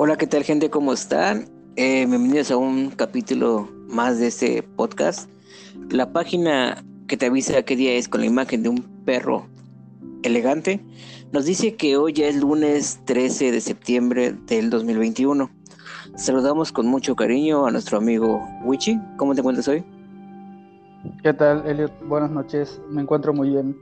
Hola, ¿qué tal, gente? ¿Cómo están? Bienvenidos a un capítulo más de este podcast. La página que te avisa qué día es con la imagen de un perro elegante nos dice que hoy ya es lunes 13 de septiembre del 2021. Saludamos con mucho cariño a nuestro amigo Wichi. ¿Cómo te encuentras hoy? ¿Qué tal, Elliot? Buenas noches, me encuentro muy bien.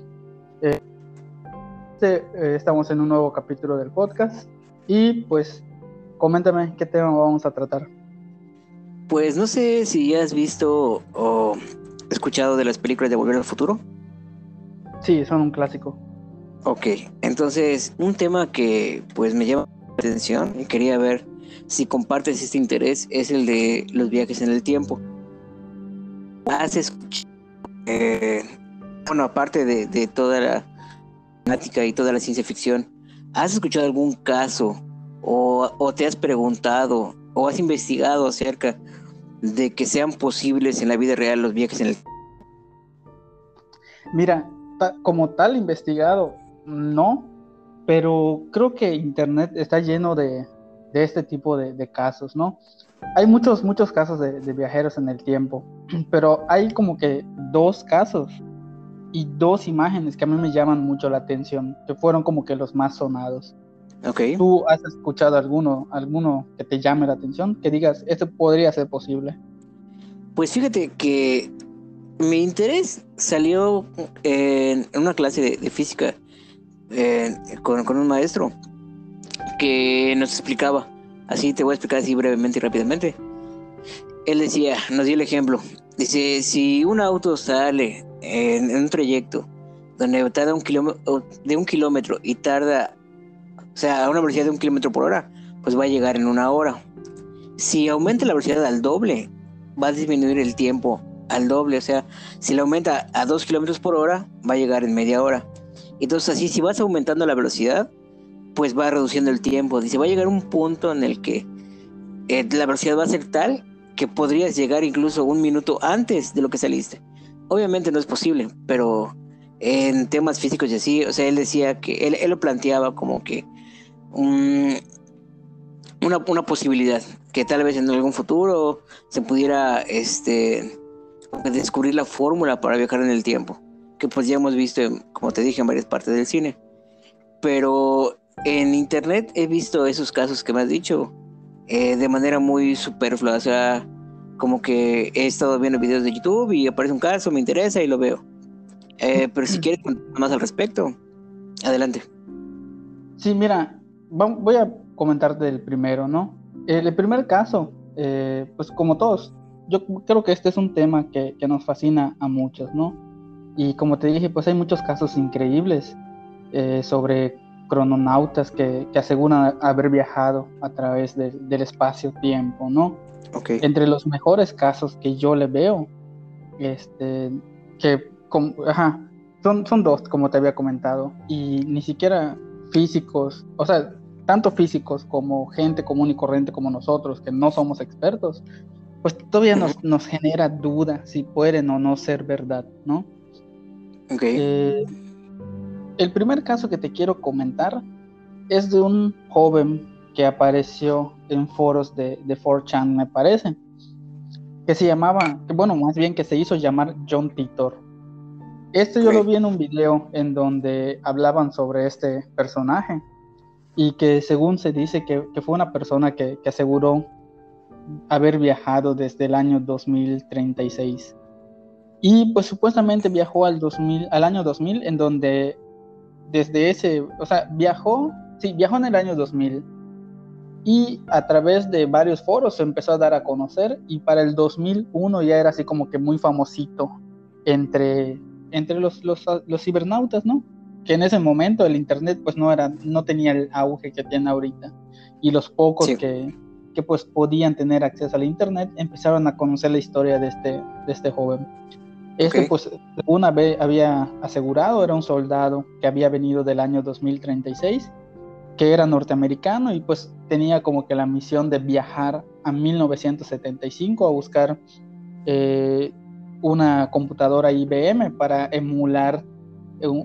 Estamos en un nuevo capítulo del podcast y pues coméntame qué tema vamos a tratar. Pues no sé si ya has visto o escuchado de las películas de Volver al Futuro. Sí, son un clásico. Ok, entonces un tema que pues me llama la atención y quería ver si compartes este interés es el de los viajes en el tiempo. ¿Has escuchado, bueno, aparte de toda la temática y toda la ciencia ficción, has escuchado algún caso o te has preguntado o has investigado acerca de que sean posibles en la vida real los viajes en el tiempo? Mira, como tal investigado, no, pero creo que Internet está lleno de este tipo de casos, ¿no? Hay muchos casos de viajeros en el tiempo, pero hay como que dos casos y dos imágenes que a mí me llaman mucho la atención, que fueron como que los más sonados. Ok, ¿Tú has escuchado alguno que te llame la atención? Que digas, esto podría ser posible. pues fíjate que mi interés salió en una clase de física con un maestro que nos explicaba, así te voy a explicar así brevemente y rápidamente. Él decía, nos dio el ejemplo, dice, si un auto sale en un trayecto donde tarda de 1 kilómetro y tarda, o sea, a una velocidad de 1 kilómetro por hora, pues va a llegar en 1 hora. Si aumenta la velocidad al doble, va a disminuir el tiempo al doble, o sea, si le aumenta a 2 kilómetros por hora, va a llegar en media hora. Entonces así, si vas aumentando la velocidad, pues va reduciendo el tiempo. Dice, va a llegar un punto en el que la velocidad va a ser tal que podrías llegar incluso 1 minuto antes de lo que saliste. Obviamente no es posible, pero en temas físicos y así, o sea, él decía que él lo planteaba como que um, una posibilidad, que tal vez en algún futuro se pudiera descubrir la fórmula para viajar en el tiempo, que pues ya hemos visto, como te dije, en varias partes del cine. Pero en internet he visto esos casos que me has dicho de manera muy superflua, o sea, como que he estado viendo videos de YouTube y aparece un caso, me interesa y lo veo. Pero si quieres contar más al respecto, adelante. Sí, mira, voy a comentarte el primero, ¿no? El primer caso, pues como todos, yo creo que este es un tema que nos fascina a muchos, ¿no? Y como te dije, pues hay muchos casos increíbles sobre crononautas que aseguran haber viajado a través del espacio-tiempo, ¿no? Ok. Entre los mejores casos que yo le veo, este, ajá, son dos, como te había comentado, y ni siquiera físicos, o sea, tanto físicos como gente común y corriente como nosotros, que no somos expertos, pues todavía Uh-huh. nos genera duda si pueden o no ser verdad, ¿no? Ok. Eh, el primer caso que te quiero comentar es de un joven que apareció en foros de 4chan, me parece, que se llamaba, que bueno, más bien que se hizo llamar John Titor. Esto yo lo Ok. vi en un video en donde hablaban sobre este personaje y que según se dice que fue una persona que aseguró haber viajado desde el año 2036. Y pues supuestamente viajó al año 2000 en donde desde ese, o sea, viajó en el año 2000 y a través de varios foros se empezó a dar a conocer y para el 2001 ya era así como que muy famosito entre, entre los cibernautas, ¿no? Que en ese momento el internet pues no tenía el auge que tiene ahorita y los pocos Sí. que pues podían tener acceso al internet empezaron a conocer la historia de este joven. Ok. Este pues una vez había asegurado, era un soldado que había venido del año 2036, que era norteamericano y pues tenía como que la misión de viajar a 1975 a buscar eh, una computadora IBM para emular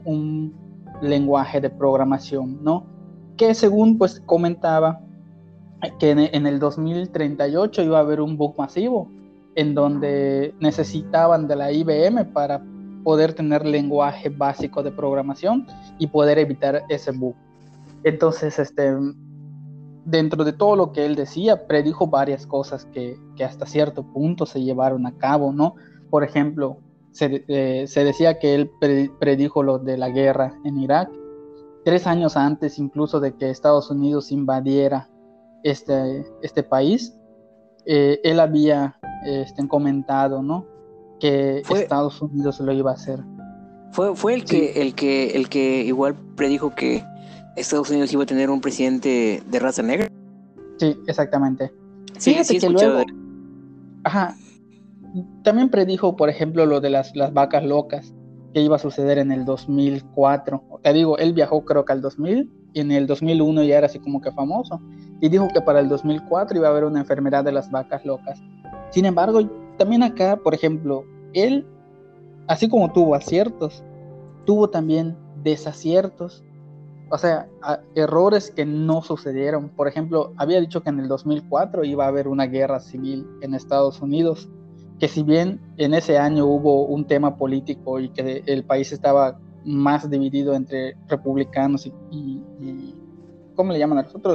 un lenguaje de programación, ¿no? Que según pues comentaba, que en el 2038 iba a haber un bug masivo en donde necesitaban de la IBM para poder tener lenguaje básico de programación y poder evitar ese bug. Entonces, dentro de todo lo que él decía, predijo varias cosas que hasta cierto punto se llevaron a cabo, ¿no? Por ejemplo, se decía que él predijo lo de la guerra en Irak, 3 años antes incluso de que Estados Unidos invadiera este país. Él había comentado, ¿no? Que Fue, Estados Unidos lo iba a hacer. fue Sí, el que igual predijo que Estados Unidos iba a tener un presidente de raza negra. sí, exactamente. Sí, sí Fíjate he que escuchado de luego, ajá, también predijo, por ejemplo, lo de las vacas locas, que iba a suceder en el 2004. Te digo, él viajó creo que al 2000 y en el 2001 ya era así como que famoso. Y dijo que para el 2004 iba a haber una enfermedad de las vacas locas. Sin embargo, también acá, por ejemplo, él, así como tuvo aciertos, tuvo también desaciertos. O sea, errores que no sucedieron. Por ejemplo, había dicho que en el 2004 iba a haber una guerra civil en Estados Unidos, que si bien en ese año hubo un tema político y que el país estaba más dividido entre republicanos y ¿cómo le llaman a nosotros?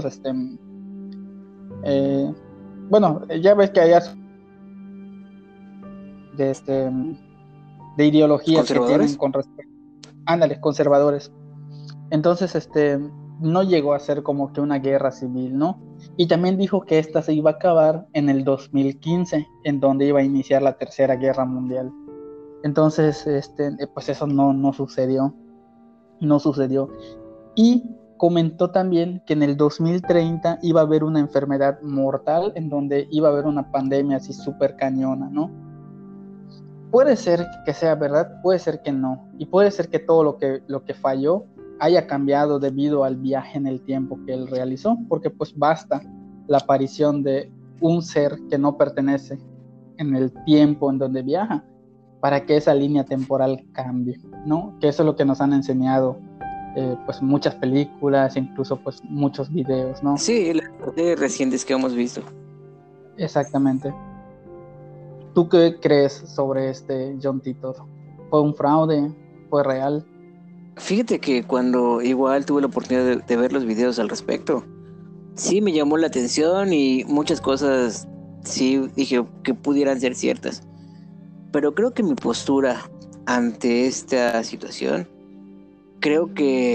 Eh, bueno, ya ves que hay de, de ideologías que tienen conservadores. con respecto, ándale, conservadores. Entonces, no llegó a ser como que una guerra civil, ¿no? Y también dijo que esta se iba a acabar en el 2015, en donde iba a iniciar la Tercera Guerra Mundial. Entonces, pues eso no sucedió, no sucedió. Y comentó también que en el 2030 iba a haber una enfermedad mortal en donde iba a haber una pandemia así súper cañona, ¿no? Puede ser que sea verdad, puede ser que no, y puede ser que todo lo que falló haya cambiado debido al viaje en el tiempo que él realizó, porque pues basta la aparición de un ser que no pertenece en el tiempo en donde viaja para que esa línea temporal cambie, ¿no? Que eso es lo que nos han enseñado pues muchas películas, incluso pues muchos videos, ¿no? Sí, las series recientes que hemos visto. Exactamente. ¿Tú qué crees sobre este John Titor? ¿Fue un fraude? ¿Fue real? Fíjate que cuando igual tuve la oportunidad de ver los videos al respecto, sí me llamó la atención y muchas cosas sí dije que pudieran ser ciertas. Pero creo que mi postura ante esta situación, creo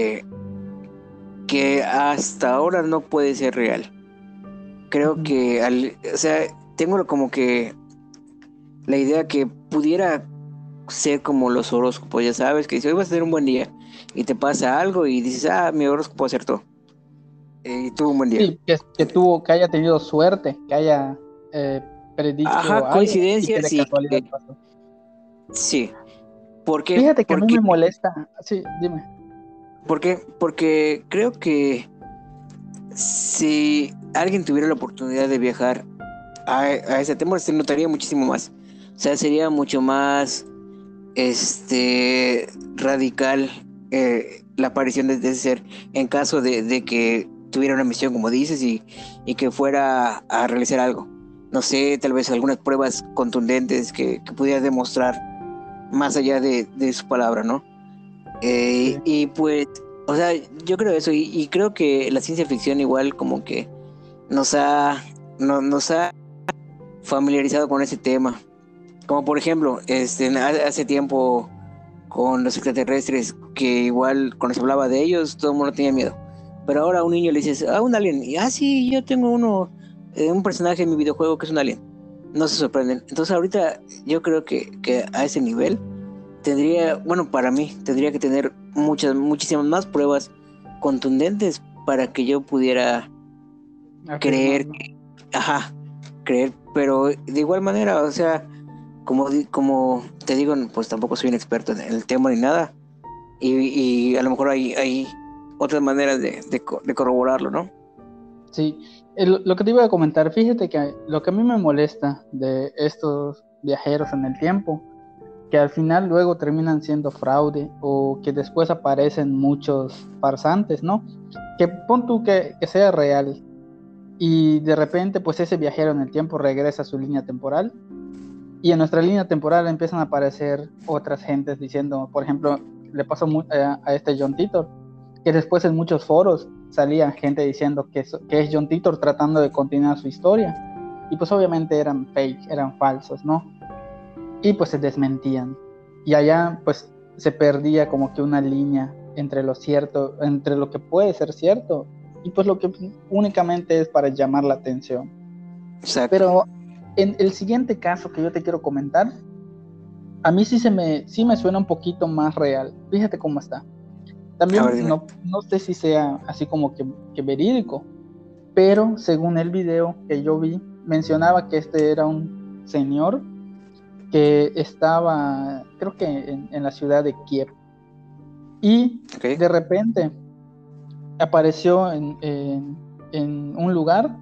que hasta ahora no puede ser real. Creo Ujú. que, o sea, tengo como que la idea que pudiera ser como los horóscopos, ya sabes, que dice, hoy vas a tener un buen día y te pasa algo y dices, ah, mi horóscopo acertó y tuvo un buen día. Sí, que haya tenido suerte, que haya eh, Ajá, predicho algo y que coincidencias de y casualidad que pasó. sí. ¿Por qué? Fíjate que a mí me molesta. Sí, dime. Porque creo que si alguien tuviera la oportunidad de viajar a ese tema, se notaría muchísimo más. O sea, sería mucho más radical la aparición de ese ser en caso de que tuviera una misión, como dices, y que fuera a realizar algo. No sé, tal vez algunas pruebas contundentes que pudiera demostrar más allá de su palabra, ¿no? Sí. Y pues, o sea, yo creo eso, y creo que la ciencia ficción igual como que nos ha, nos ha familiarizado con ese tema. Como por ejemplo, hace tiempo con los extraterrestres, que igual cuando se hablaba de ellos, todo el mundo tenía miedo. Pero ahora a un niño le dices, ah, un alien, y sí, yo tengo un personaje en mi videojuego que es un alien. No se sorprenden. Entonces ahorita yo creo que a ese nivel tendría, bueno, para mí, tendría que tener muchísimas más pruebas contundentes para que yo pudiera creer, Afirmarlo. ajá, creer, pero de igual manera, o sea, como te digo, pues tampoco soy un experto en el tema ni nada, y a lo mejor hay otras maneras de corroborarlo, ¿no? Sí, lo que te iba a comentar, fíjate que lo que a mí me molesta de estos viajeros en el tiempo, que al final luego terminan siendo fraude o que después aparecen muchos farsantes, ¿no? Que pon tú que sea real y de repente pues ese viajero en el tiempo regresa a su línea temporal y en nuestra línea temporal empiezan a aparecer otras gentes diciendo, por ejemplo, le pasó a este John Titor, que después en muchos foros salía gente diciendo que es John Titor tratando de continuar su historia y pues obviamente eran fake, eran falsos, ¿no? Y pues se desmentían y allá pues se perdía como que una línea entre lo cierto, entre lo que puede ser cierto y pues lo que únicamente es para llamar la atención. Exacto. Pero en el siguiente caso que yo te quiero comentar, a mí sí me suena un poquito más real. Fíjate cómo está. También no sé si sea así como que verídico, pero según el video que yo vi, mencionaba que este era un señor que estaba, creo que en la ciudad de Kiev. Y de repente apareció en un lugar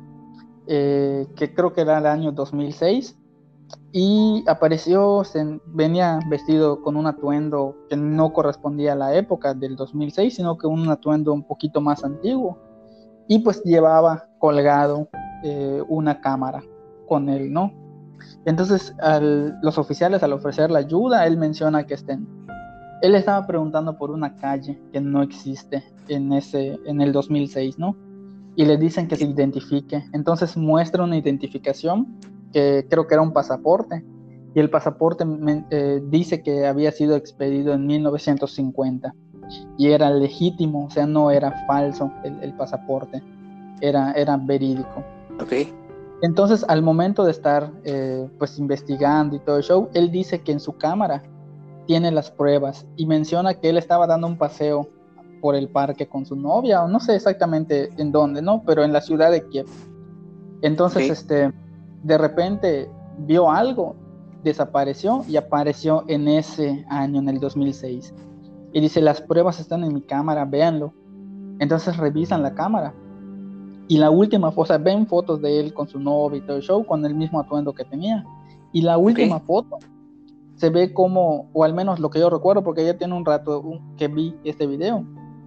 que creo que era el año 2006 y apareció, venía vestido con un atuendo que no correspondía a la época del 2006, sino que un atuendo un poquito más antiguo y pues llevaba colgado una cámara con él, ¿no? Entonces los oficiales al ofrecer la ayuda, él menciona que él estaba preguntando por una calle que no existe en el 2006, ¿no? Y le dicen que se identifique. Entonces muestra una identificación que creo que era un pasaporte. Y el pasaporte dice que había sido expedido en 1950. Y era legítimo, o sea, no era falso el pasaporte. Era verídico. Okay. Entonces, al momento de estar pues investigando y todo el show, él dice que en su cámara tiene las pruebas y menciona que él estaba dando un paseo por el parque con su novia, o no sé exactamente en dónde, ¿no? Pero en la ciudad de Kiev. Entonces, de repente vio algo, desapareció y apareció en ese año, en el 2006. Y dice, las pruebas están en mi cámara, véanlo. Entonces revisan la cámara. Y la última foto, o sea, ven fotos de él con su novia y todo el show, con el mismo atuendo que tenía. Y la última foto se ve como, o al menos lo que yo recuerdo, porque ya tiene un rato que vi este video,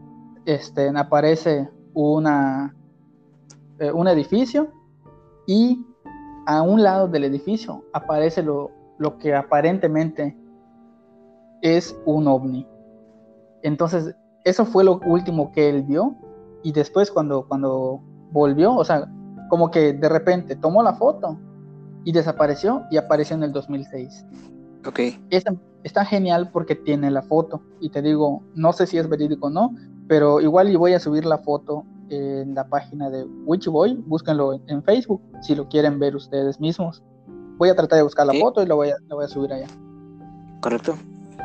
aparece un edificio y a un lado del edificio aparece lo que aparentemente es un ovni. Entonces, eso fue lo último que él vio y después cuando volvió, o sea, como que de repente tomó la foto y desapareció y apareció en el 2006. Okay. Está genial porque tiene la foto y te digo, no sé si es verídico o no, pero igual y voy a subir la foto en la página de Witchyboy, búsquenlo en Facebook si lo quieren ver ustedes mismos. Voy a tratar de buscar la foto y la voy a subir allá. Correcto.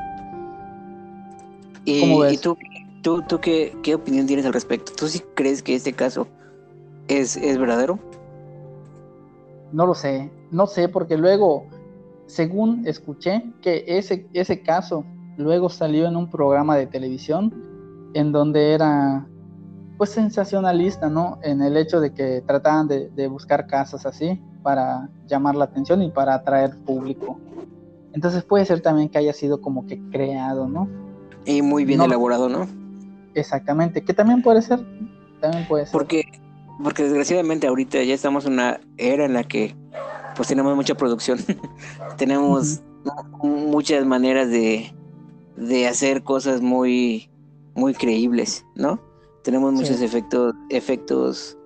¿Cómo ves? ¿Y tú qué opinión tienes al respecto? ¿Tú sí crees que este caso es verdadero? No lo sé, no sé porque luego, según escuché, que ese caso luego salió en un programa de televisión en donde era pues sensacionalista, ¿no? En el hecho de que trataban de buscar casos así para llamar la atención y para atraer público. Entonces puede ser también que haya sido como que creado, ¿no? Y muy bien elaborado, ¿no? Exactamente, que también puede ser, Porque desgraciadamente ahorita ya estamos en una era en la que pues tenemos mucha producción, tenemos muchas maneras de hacer cosas muy creíbles, ¿no? Tenemos muchos efectos,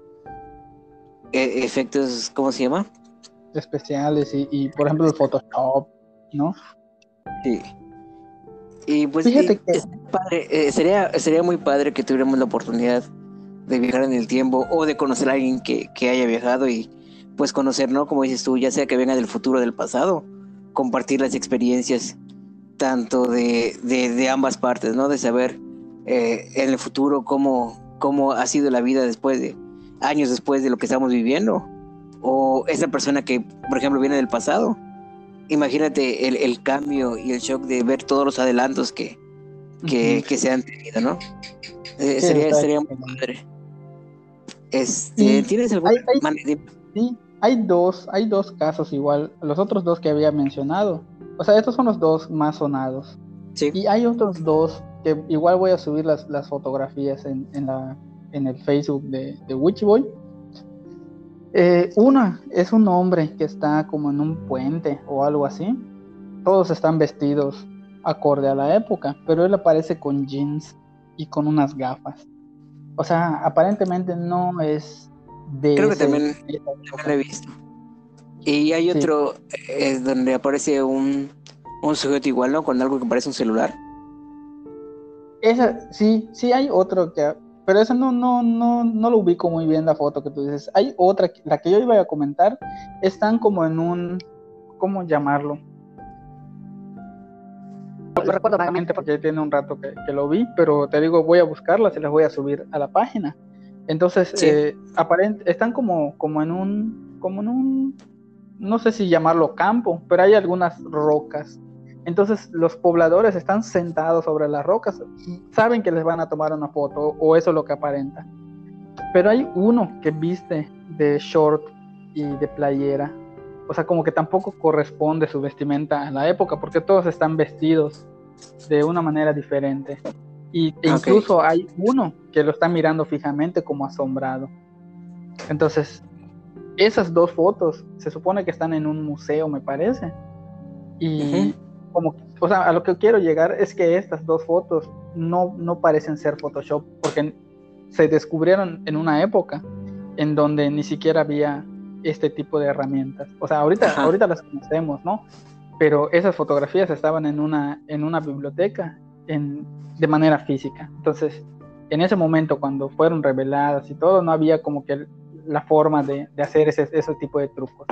¿cómo se llama? Especiales y por ejemplo el Photoshop, ¿no? Sí. Y pues fíjate que padre, sería muy padre que tuviéramos la oportunidad de viajar en el tiempo o de conocer a alguien que haya viajado y pues conocer, ¿no? Como dices tú, ya sea que venga del futuro o del pasado, compartir las experiencias tanto de ambas partes, ¿no? De saber en el futuro cómo ha sido la vida años después de lo que estamos viviendo. O esa persona que, por ejemplo, viene del pasado. Imagínate el cambio y el shock de ver todos los adelantos que se han tenido, sí, ¿no? Sería muy padre. ¿Tienes alguna manera? Sí, hay dos casos igual, los otros dos que había mencionado. O sea, estos son los dos más sonados. Sí. Y hay otros dos que igual voy a subir las fotografías en el Facebook de Witchyboy. Una es un hombre que está como en un puente o algo así. Todos están vestidos acorde a la época, pero él aparece con jeans y con unas gafas. O sea, aparentemente no es Creo que de esa también lo he época. visto. Y hay Sí, otro donde aparece un sujeto igual, ¿no? Con algo que parece un celular. sí hay otro pero ese no lo ubico muy bien la foto que tú dices. Hay otra, la que yo iba a comentar, están como en un, ¿cómo llamarlo? No lo recuerdo vagamente porque ya tiene un rato que lo vi, pero te digo, voy a buscarlas y las voy a subir a la página. Entonces, Sí. están como en un, no sé si llamarlo campo, pero hay algunas rocas. Entonces, los pobladores están sentados sobre las rocas, saben que les van a tomar una foto, o eso es lo que aparenta. Pero hay uno que viste de short y de playera. O sea, como que tampoco corresponde su vestimenta a la época, porque todos están vestidos de una manera diferente. E Ok. incluso hay uno que lo está mirando fijamente como asombrado. Entonces, esas dos fotos se supone que están en un museo, me parece. Ujú. Y como, o sea, a lo que quiero llegar es que estas dos fotos no parecen ser Photoshop, porque se descubrieron en una época en donde ni siquiera había este tipo de herramientas. O sea, Ajá. ahorita las conocemos, ¿no? Pero esas fotografías estaban en una biblioteca de manera física. Entonces, en ese momento, cuando fueron reveladas y todo, no había como que la forma de hacer ese tipo de trucos.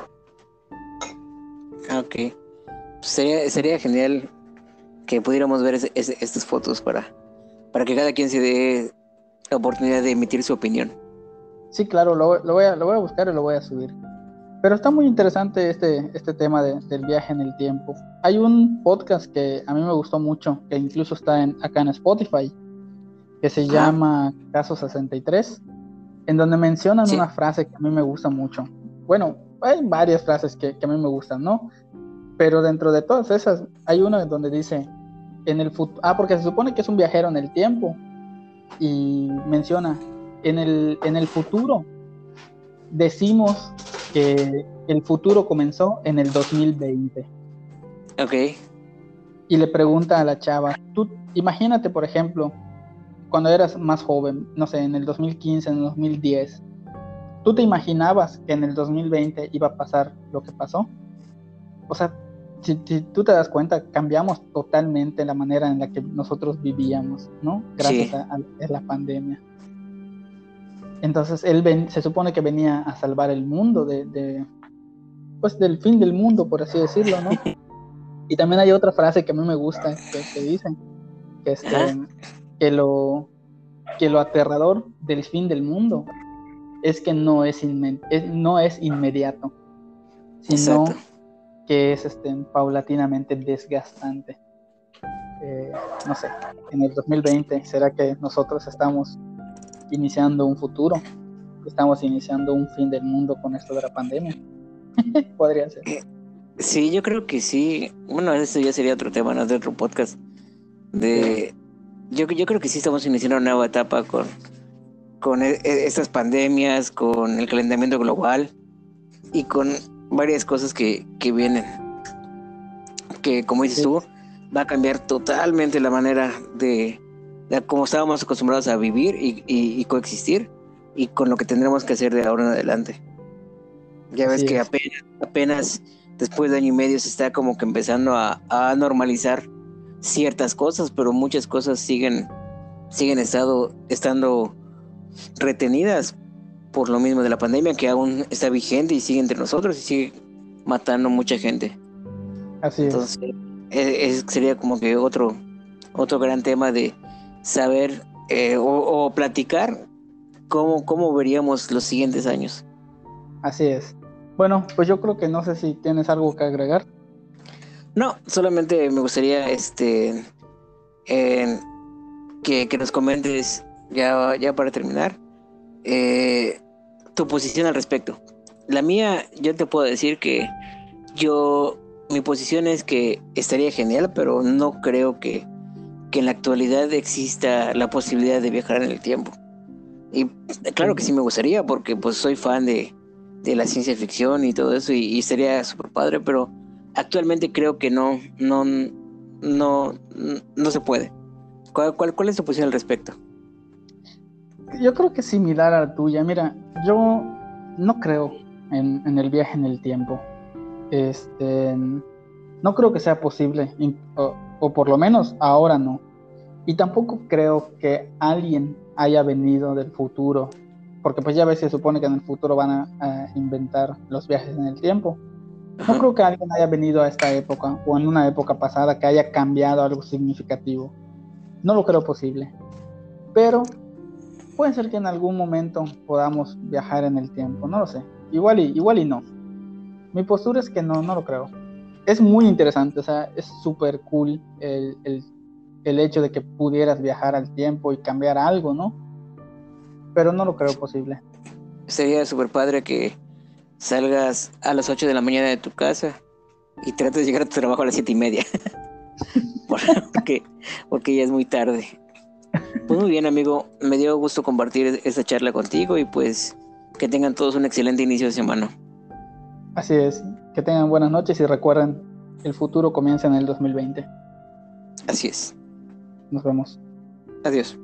Ok. Sería genial que pudiéramos ver estas fotos para que cada quien se dé la oportunidad de emitir su opinión. Sí, claro, lo voy a buscar y lo voy a subir. Pero está muy interesante este tema del viaje en el tiempo. Hay un podcast que a mí me gustó mucho, que incluso está acá en Spotify, que se Ajá. llama Caso 63, en donde mencionan Sí. una frase que a mí me gusta mucho. Bueno, hay varias frases que a mí me gustan, ¿no? Pero dentro de todas esas, hay una donde dice, porque se supone que es un viajero en el tiempo, y menciona, en el futuro decimos que el futuro comenzó en el 2020. Ok. Y le pregunta a la chava, tú imagínate, por ejemplo, cuando eras más joven, no sé, en el 2015, en el 2010, ¿tú te imaginabas que en el 2020 iba a pasar lo que pasó? O sea, si tú te das cuenta, cambiamos totalmente la manera en la que nosotros vivíamos, ¿no? Gracias Sí. a la pandemia. Entonces, se supone que venía a salvar el mundo pues del fin del mundo, por así decirlo, ¿no? Y también hay otra frase que a mí me gusta, que dicen, que, Ajá. que lo aterrador del fin del mundo es que no es inmediato, Exacto. sino que es paulatinamente desgastante. No sé, en el 2020, ¿será que nosotros estamos iniciando un futuro? ¿Estamos iniciando un fin del mundo con esto de la pandemia? Podría ser. Sí, yo creo que sí. Bueno, eso ya sería otro tema, ¿no? De otro podcast. Sí, De, yo creo que sí estamos iniciando una nueva etapa con estas pandemias, con el calentamiento global y con varias cosas que vienen. Que, como dices sí, tú, va a cambiar totalmente la manera de cómo estábamos acostumbrados a vivir y coexistir y con lo que tendremos que hacer de ahora en adelante. Ya ves así que es. apenas después de año y medio se está como que empezando a normalizar ciertas cosas, pero muchas cosas siguen estando retenidas por lo mismo de la pandemia que aún está vigente y sigue entre nosotros y sigue matando mucha gente. Así es. Entonces, sería como que otro gran tema de saber o platicar cómo veríamos los siguientes años. Así es. Bueno, pues yo creo que no sé si tienes algo que agregar. No, solamente me gustaría eh, que nos comentes ya para terminar eh, tu posición al respecto. La mía, yo te puedo decir que yo, mi posición es que estaría genial, pero no creo que en la actualidad exista la posibilidad de viajar en el tiempo. Y claro que Sí, sí me gustaría, porque pues soy fan de la ciencia ficción y todo eso, y sería súper padre, pero actualmente creo que no se puede. ¿Cuál es tu posición al respecto? Yo creo que es similar a la tuya. Mira, yo no creo en el viaje en el tiempo. Este, no creo que sea posible, o por lo menos ahora no. Y tampoco creo que alguien haya venido del futuro, porque pues ya ves, se supone que en el futuro van a inventar los viajes en el tiempo. No Ajá. creo que alguien haya venido a esta época o en una época pasada que haya cambiado algo significativo. No lo creo posible. Pero puede ser que en algún momento podamos viajar en el tiempo, no lo sé. Igual y no. Mi postura es que no lo creo. Es muy interesante, o sea, es súper cool el hecho de que pudieras viajar al tiempo y cambiar algo, ¿no? Pero no lo creo posible. Sería súper padre que salgas a las 8 de la mañana de tu casa y trates de llegar a tu trabajo a las 7:30, porque, porque ya es muy tarde. Pues muy bien, amigo, me dio gusto compartir esta charla contigo y pues que tengan todos un excelente inicio de semana. Así es, que tengan buenas noches y recuerden, el futuro comienza en el 2020. Así es. Nos vemos. Adiós.